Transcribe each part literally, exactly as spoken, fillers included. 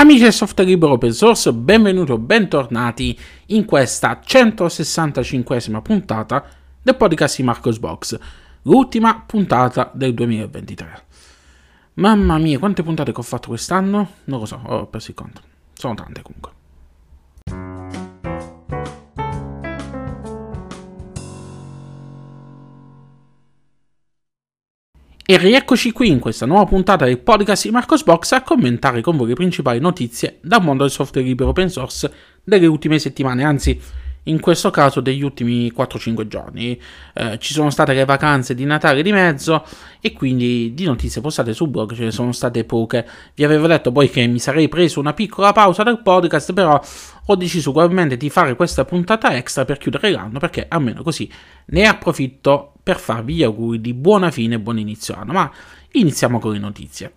Amici del software libero open source, benvenuti o bentornati in questa centosessantacinquesima puntata del podcast di Marcosbox, l'ultima puntata del duemilaventitré. Mamma mia, quante puntate che ho fatto quest'anno? Non lo so, ho perso il conto. Sono tante comunque. E rieccoci qui in questa nuova puntata del podcast di Marcosbox a commentare con voi le principali notizie dal mondo del software libero open source delle ultime settimane, anzi in questo caso degli ultimi quattro cinque giorni. Eh, ci sono state le vacanze di Natale di mezzo e quindi di notizie postate sul blog ce ne sono state poche. Vi avevo detto poi che mi sarei preso una piccola pausa dal podcast, però ho deciso ugualmente di fare questa puntata extra per chiudere l'anno, perché almeno così ne approfitto per farvi gli auguri di buona fine e buon inizio anno. Ma iniziamo con le notizie.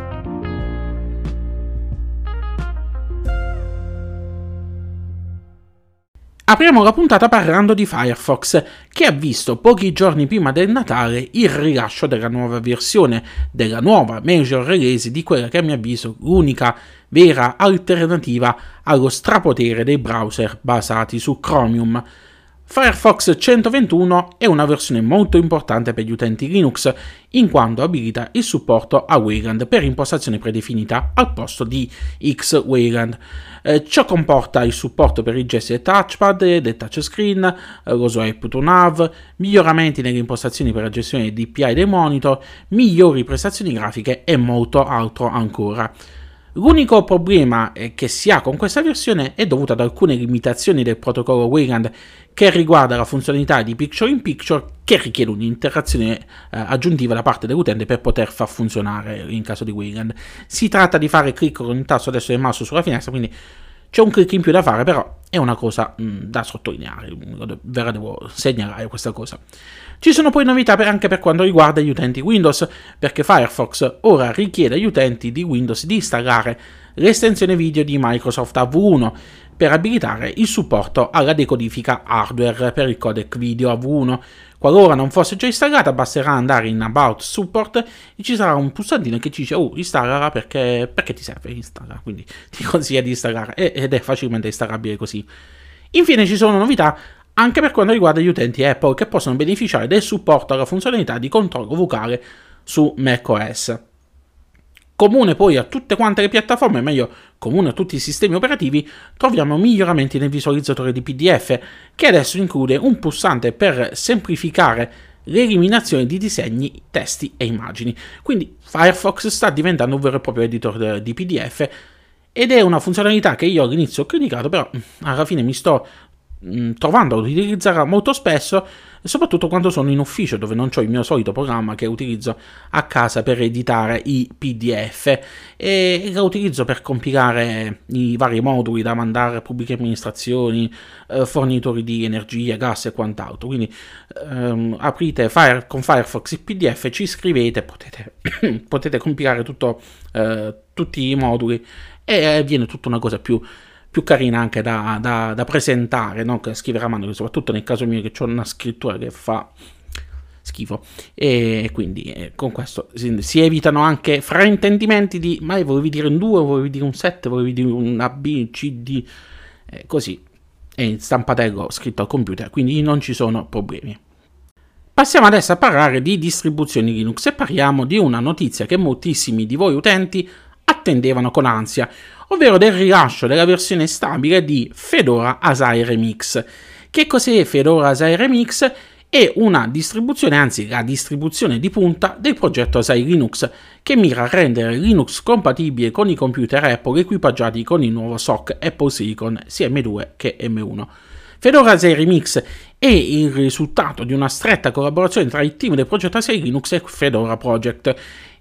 Apriamo la puntata parlando di Firefox, che ha visto pochi giorni prima del Natale il rilascio della nuova versione, della nuova major release di quella che a mio avviso l'unica vera alternativa allo strapotere dei browser basati su Chromium. Firefox centoventuno è una versione molto importante per gli utenti Linux, in quanto abilita il supporto a Wayland per impostazione predefinita al posto di X-Wayland. Eh, ciò comporta il supporto per i gesti del touchpad, del touchscreen, eh, lo swipe to nav, miglioramenti nelle impostazioni per la gestione del D P I dei monitor, migliori prestazioni grafiche e molto altro ancora. L'unico problema che si ha con questa versione è dovuto ad alcune limitazioni del protocollo Wayland che riguarda la funzionalità di Picture in Picture, che richiede un'interazione eh, aggiuntiva da parte dell'utente per poter far funzionare in caso di Wayland. Si tratta di fare clic con il tasto destro del mouse sulla finestra, quindi c'è un clic in più da fare, però è una cosa mh, da sottolineare, ve la devo segnalare questa cosa. Ci sono poi novità per, anche per quanto riguarda gli utenti Windows, perché Firefox ora richiede agli utenti di Windows di installare l'estensione video di Microsoft A V uno per abilitare il supporto alla decodifica hardware per il codec video A V uno. Qualora non fosse già installata, basterà andare in About Support e ci sarà un pulsantino che ci dice oh, installala perché, perché ti serve installare, quindi ti consiglia di installare ed è facilmente installabile così. Infine ci sono novità anche per quanto riguarda gli utenti Apple, che possono beneficiare del supporto alla funzionalità di controllo vocale su macOS. Comune poi a tutte quante le piattaforme, meglio comune a tutti i sistemi operativi, troviamo miglioramenti nel visualizzatore di P D F, che adesso include un pulsante per semplificare l'eliminazione di disegni, testi e immagini. Quindi Firefox sta diventando un vero e proprio editor di P D F ed è una funzionalità che io all'inizio ho criticato, però alla fine mi sto mh, trovando ad utilizzarla molto spesso, soprattutto quando sono in ufficio dove non ho il mio solito programma che utilizzo a casa per editare i P D F e la utilizzo per compilare i vari moduli da mandare a pubbliche amministrazioni, eh, fornitori di energia, gas e quant'altro. Quindi ehm, aprite Fire, con Firefox il P D F, ci scrivete, potete, potete compilare tutto, eh, tutti i moduli e viene tutta una cosa più più carina anche da, da, da presentare, no? Che scrivere a mano, soprattutto nel caso mio che ho una scrittura che fa schifo, e quindi eh, con questo si, si evitano anche fraintendimenti di ma volevi dire un due, volevi dire un sette, volevi dire un A, B, C, D, eh, così è in stampatello scritto al computer, quindi non ci sono problemi. Passiamo adesso a parlare di distribuzioni Linux e parliamo di una notizia che moltissimi di voi utenti attendevano con ansia, ovvero del rilascio della versione stabile di Fedora Asai Remix. Che cos'è Fedora Asai Remix? È una distribuzione, anzi la distribuzione di punta del progetto Asai Linux, che mira a rendere Linux compatibile con i computer Apple equipaggiati con il nuovo S O C Apple Silicon sia M due che M uno. Fedora Asai Remix è il risultato di una stretta collaborazione tra il team del progetto Asai Linux e Fedora Project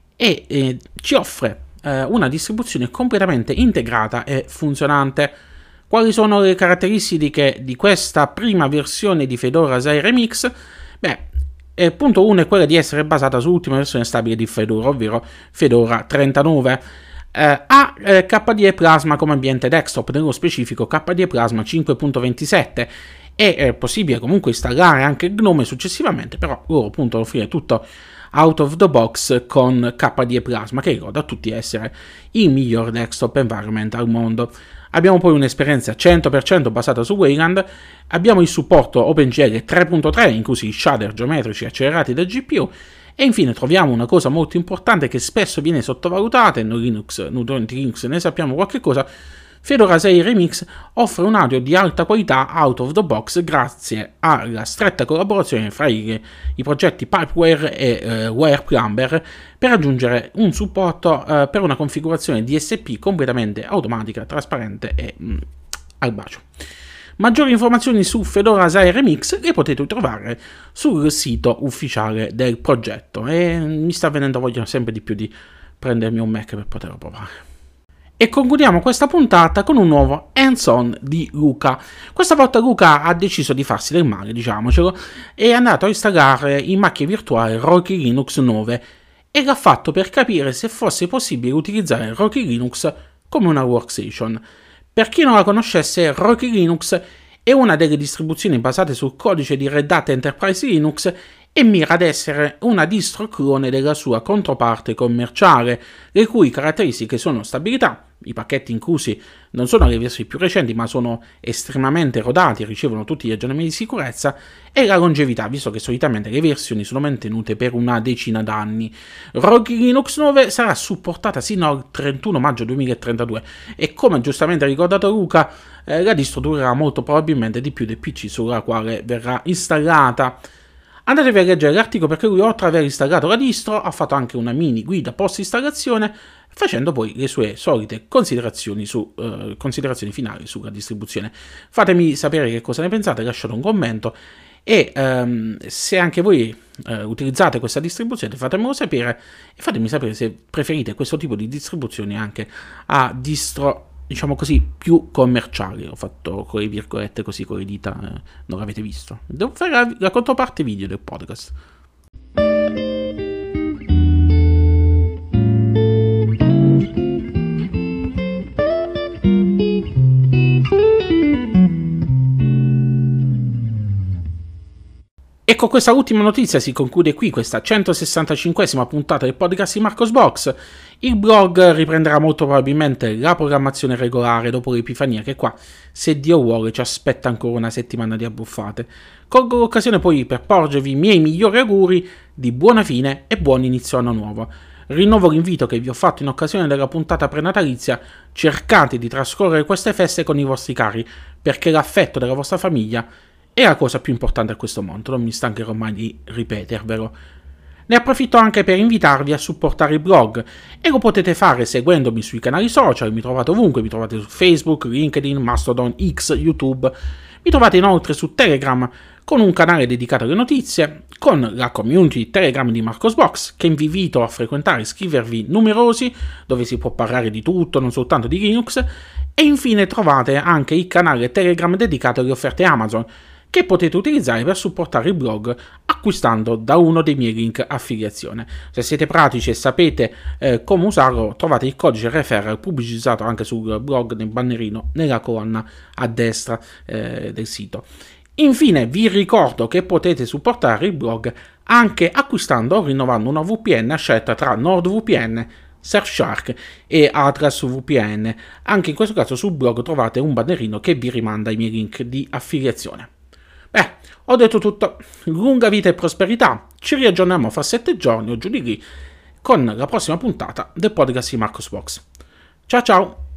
e eh, ci offre una distribuzione completamente integrata e funzionante. Quali sono le caratteristiche di questa prima versione di Fedora Asai Remix? Beh, eh, punto uno è quella di essere basata sull'ultima versione stabile di Fedora, ovvero Fedora trentanove. Eh, ha eh, K D E Plasma come ambiente desktop, nello specifico K D E Plasma cinque punto ventisette. È eh, possibile comunque installare anche Gnome successivamente, però loro puntano a offrire tutto out of the box con K D E Plasma, che ricorda a tutti essere il miglior desktop environment al mondo. Abbiamo poi un'esperienza cento per cento basata su Wayland, abbiamo il supporto OpenGL tre punto tre, inclusi i shader geometrici accelerati da G P U, e infine troviamo una cosa molto importante che spesso viene sottovalutata, e noi Linux, noi utenti Linux ne sappiamo qualche cosa. Fedora sei Remix offre un audio di alta qualità out of the box grazie alla stretta collaborazione fra i, i progetti Pipewire e eh, Wireplumber per aggiungere un supporto eh, per una configurazione D S P completamente automatica, trasparente e mm, al bacio. Maggiori informazioni su Fedora sei Remix le potete trovare sul sito ufficiale del progetto e mi sta venendo voglia sempre di più di prendermi un Mac per poterlo provare. E concludiamo questa puntata con un nuovo hands-on di Luca. Questa volta Luca ha deciso di farsi del male, diciamocelo, e è andato a installare in macchina virtuale Rocky Linux nove e l'ha fatto per capire se fosse possibile utilizzare Rocky Linux come una workstation. Per chi non la conoscesse, Rocky Linux è una delle distribuzioni basate sul codice di Red Hat Enterprise Linux e mira ad essere una distro clone della sua controparte commerciale, le cui caratteristiche sono stabilità, i pacchetti inclusi non sono le versioni più recenti ma sono estremamente rodati e ricevono tutti gli aggiornamenti di sicurezza, e la longevità, visto che solitamente le versioni sono mantenute per una decina d'anni. Rocky Linux nove sarà supportata sino al trentuno maggio duemilatrentadue e, come giustamente ha ricordato Luca, eh, la distro durerà molto probabilmente di più del P C sulla quale verrà installata. Andatevi a leggere l'articolo perché lui, oltre ad aver installato la distro, ha fatto anche una mini guida post installazione, facendo poi le sue solite considerazioni, su, uh, considerazioni finali sulla distribuzione. Fatemi sapere che cosa ne pensate, lasciate un commento e um, se anche voi uh, utilizzate questa distribuzione fatemelo sapere, e fatemi sapere se preferite questo tipo di distribuzioni anche a distro, diciamo così, più commerciali. Ho fatto con le virgolette così con le dita, eh, non l'avete visto. Devo fare la, la controparte video del podcast. E con questa ultima notizia si conclude qui questa centosessantacinquesima puntata del podcast di Marcosbox. Il blog riprenderà molto probabilmente la programmazione regolare dopo l'Epifania, che qua, se Dio vuole, ci aspetta ancora una settimana di abbuffate. Colgo l'occasione poi per porgervi i miei migliori auguri di buona fine e buon inizio anno nuovo. Rinnovo l'invito che vi ho fatto in occasione della puntata prenatalizia: cercate di trascorrere queste feste con i vostri cari, perché l'affetto della vostra famiglia è la cosa più importante a questo mondo, non mi stancherò mai di ripetervelo. Ne approfitto anche per invitarvi a supportare il blog, e lo potete fare seguendomi sui canali social. Mi trovate ovunque, mi trovate su Facebook, LinkedIn, Mastodon, X, YouTube. Mi trovate inoltre su Telegram con un canale dedicato alle notizie, con la community Telegram di Marcosbox, che vi invito a frequentare e iscrivervi numerosi, dove si può parlare di tutto, non soltanto di Linux. E infine trovate anche il canale Telegram dedicato alle offerte Amazon, che potete utilizzare per supportare il blog acquistando da uno dei miei link affiliazione. Se siete pratici e sapete eh, come usarlo, trovate il codice referral pubblicizzato anche sul blog nel bannerino nella colonna a destra eh, del sito. Infine vi ricordo che potete supportare il blog anche acquistando o rinnovando una V P N a scelta tra NordVPN, Surfshark e Atlas V P N. Anche in questo caso sul blog trovate un bannerino che vi rimanda ai miei link di affiliazione. Beh, ho detto tutto. Lunga vita e prosperità. Ci riaggiorniamo fra sette giorni o giù di lì con la prossima puntata del podcast di Marcosbox. Ciao ciao!